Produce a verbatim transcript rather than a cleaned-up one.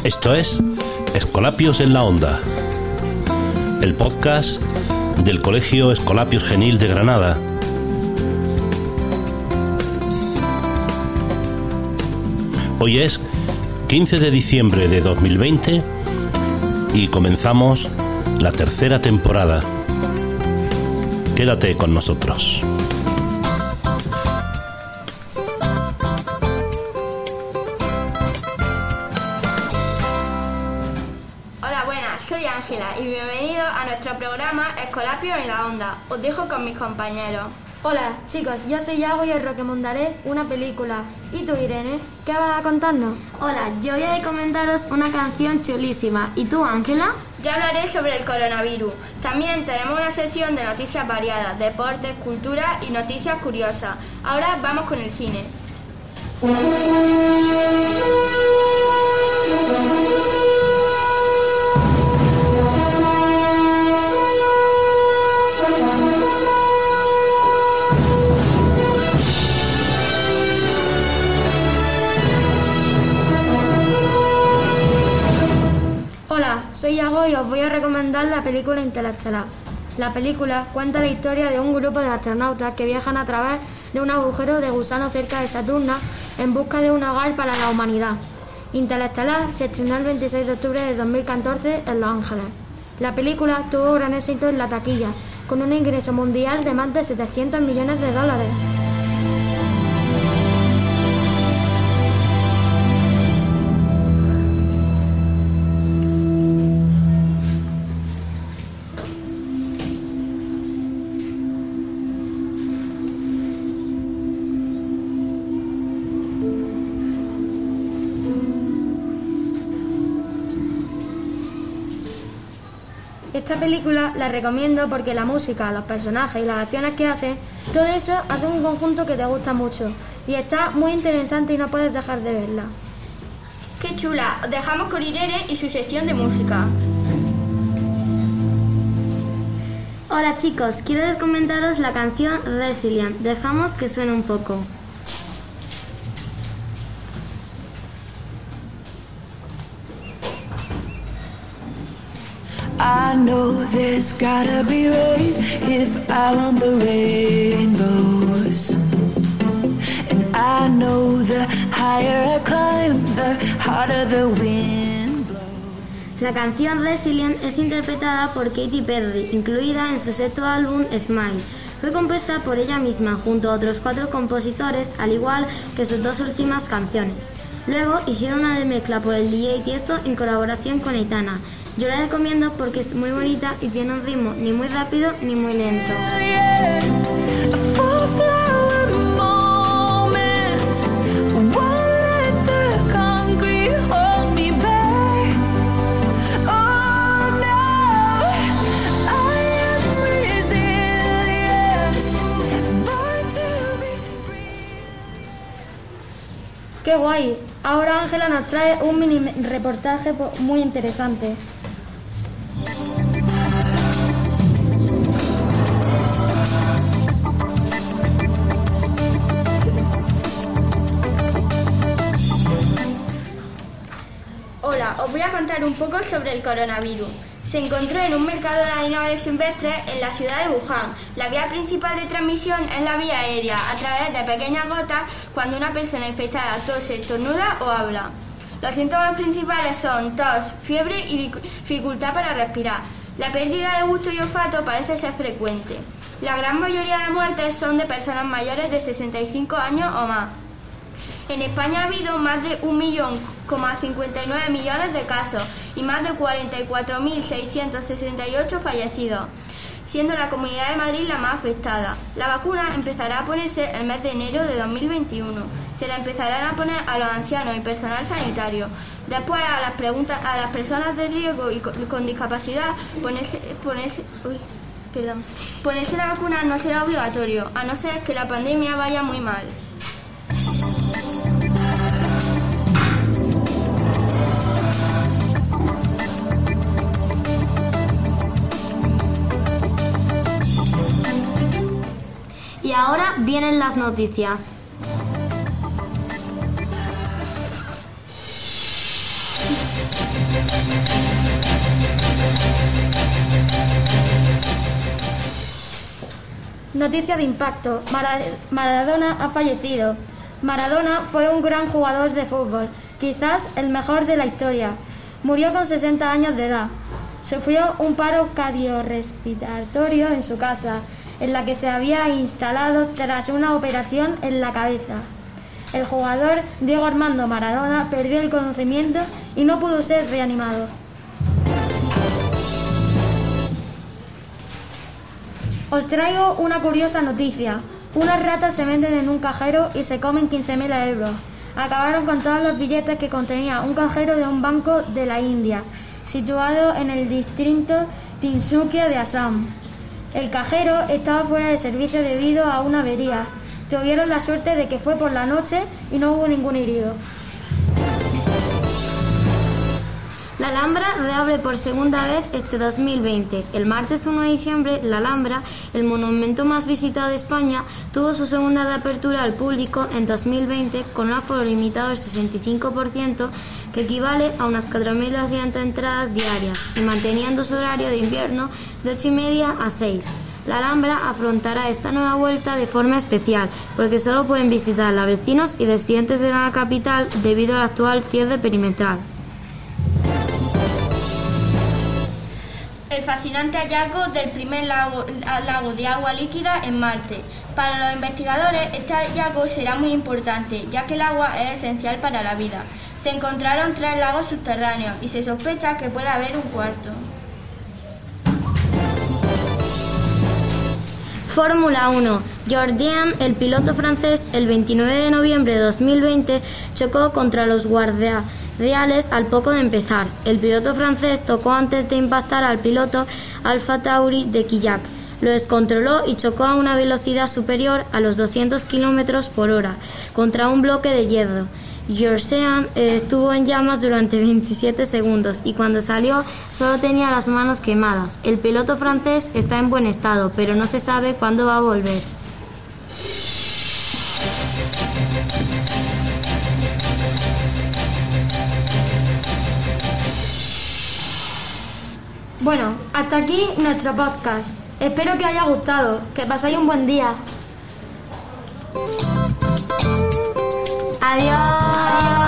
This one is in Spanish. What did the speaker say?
Esto es Escolapios en la Onda, el podcast del Colegio Escolapios Genil de Granada. Hoy es quince de diciembre de dos mil veinte y comenzamos la tercera temporada. Quédate con nosotros. Hola, buenas, soy Ángela y bienvenidos a nuestro programa Escolapios en la Onda. Os dejo con mis compañeros. Hola chicos, yo soy Yago y os recomendaré una película. ¿Y tú, Irene? ¿Qué vas a contarnos? Hola, yo voy a comentaros una canción chulísima. ¿Y tú, Ángela? Yo hablaré sobre el coronavirus. También tenemos una sección de noticias variadas, deportes, cultura y noticias curiosas. Ahora vamos con el cine. Hola, soy Yago y os voy a recomendar la película Interestelar. La película cuenta la historia de un grupo de astronautas que viajan a través de un agujero de gusano cerca de Saturno en busca de un hogar para la humanidad. Interestelar se estrenó el veintiséis de octubre de dos mil catorce en Los Ángeles. La película tuvo gran éxito en la taquilla, con un ingreso mundial de más de setecientos millones de dólares. Esta película la recomiendo porque la música, los personajes y las acciones que hacen, todo eso hace un conjunto que te gusta mucho y está muy interesante y no puedes dejar de verla. ¡Qué chula! Os dejamos con Irene y su sección de música. Hola chicos, quiero comentaros la canción Resilient. Dejamos que suene un poco. I know there's gotta be rain if I want the rainbows. And I know the higher I climb, the harder the wind blows. La canción Resilient es interpretada por Katy Perry, incluida en su sexto álbum Smile. Fue compuesta por ella misma junto a otros cuatro compositores, al igual que sus dos últimas canciones. Luego hicieron una remezcla por el D J Tiesto en colaboración con Aitana. Yo la recomiendo porque es muy bonita y tiene un ritmo ni muy rápido ni muy lento. ¡Qué guay! Ahora Ángela nos trae un mini reportaje muy interesante. Hola, os voy a contar un poco sobre el coronavirus. Se encontró en un mercado de animales silvestres en la ciudad de Wuhan. La vía principal de transmisión es la vía aérea, a través de pequeñas gotas cuando una persona infectada tose, estornuda o habla. Los síntomas principales son tos, fiebre y dificultad para respirar. La pérdida de gusto y olfato parece ser frecuente. La gran mayoría de muertes son de personas mayores de sesenta y cinco años o más. En España ha habido más de un millón coma cincuenta y nueve millones de casos y más de cuarenta y cuatro mil seiscientos sesenta y ocho fallecidos, siendo la Comunidad de Madrid la más afectada. La vacuna empezará a ponerse el mes de enero de dos mil veintiuno. Se la empezarán a poner a los ancianos y personal sanitario. Después a las, preguntas, a las personas de riesgo y con, con discapacidad ponerse, ponerse, uy, perdón, ponerse la vacuna no será obligatorio, a no ser que la pandemia vaya muy mal. Y ahora vienen las noticias. Noticia de impacto. Mara- Maradona ha fallecido. Maradona fue un gran jugador de fútbol, quizás el mejor de la historia. Murió con sesenta años de edad. Sufrió un paro cardiorrespiratorio en su casa, en la que se había instalado tras una operación en la cabeza. El jugador Diego Armando Maradona perdió el conocimiento y no pudo ser reanimado. Os traigo una curiosa noticia. Unas ratas se venden en un cajero y se comen quince mil euros. Acabaron con todos los billetes que contenía un cajero de un banco de la India, situado en el distrito Tinsukia de Assam. El cajero estaba fuera de servicio debido a una avería. Tuvieron la suerte de que fue por la noche y no hubo ningún herido. La Alhambra reabre por segunda vez este dos mil veinte. El martes uno de diciembre, la Alhambra, el monumento más visitado de España, tuvo su segunda reapertura al público en dos mil veinte con un aforo limitado del sesenta y cinco por ciento, que equivale a unas cuatro mil doscientas entradas diarias, y manteniendo su horario de invierno de ocho y media a seis. La Alhambra afrontará esta nueva vuelta de forma especial, porque solo pueden visitarla vecinos y residentes de la capital debido al actual cierre perimetral. El fascinante hallazgo del primer lago, lago de agua líquida en Marte. Para los investigadores, este hallazgo será muy importante, ya que el agua es esencial para la vida. Se encontraron tres lagos subterráneos y se sospecha que puede haber un cuarto. Fórmula uno. Jordan, el piloto francés, el veintinueve de noviembre de dos mil veinte chocó contra los guardias reales al poco de empezar. El piloto francés tocó antes de impactar al piloto Alfa Tauri de Quillac. Lo descontroló y chocó a una velocidad superior a los doscientos kilómetros por hora contra un bloque de hierro. Jordan estuvo en llamas durante veintisiete segundos y cuando salió solo tenía las manos quemadas. El piloto francés está en buen estado, pero no se sabe cuándo va a volver. Bueno, hasta aquí nuestro podcast. Espero que os haya gustado. Que pasáis un buen día. Adiós.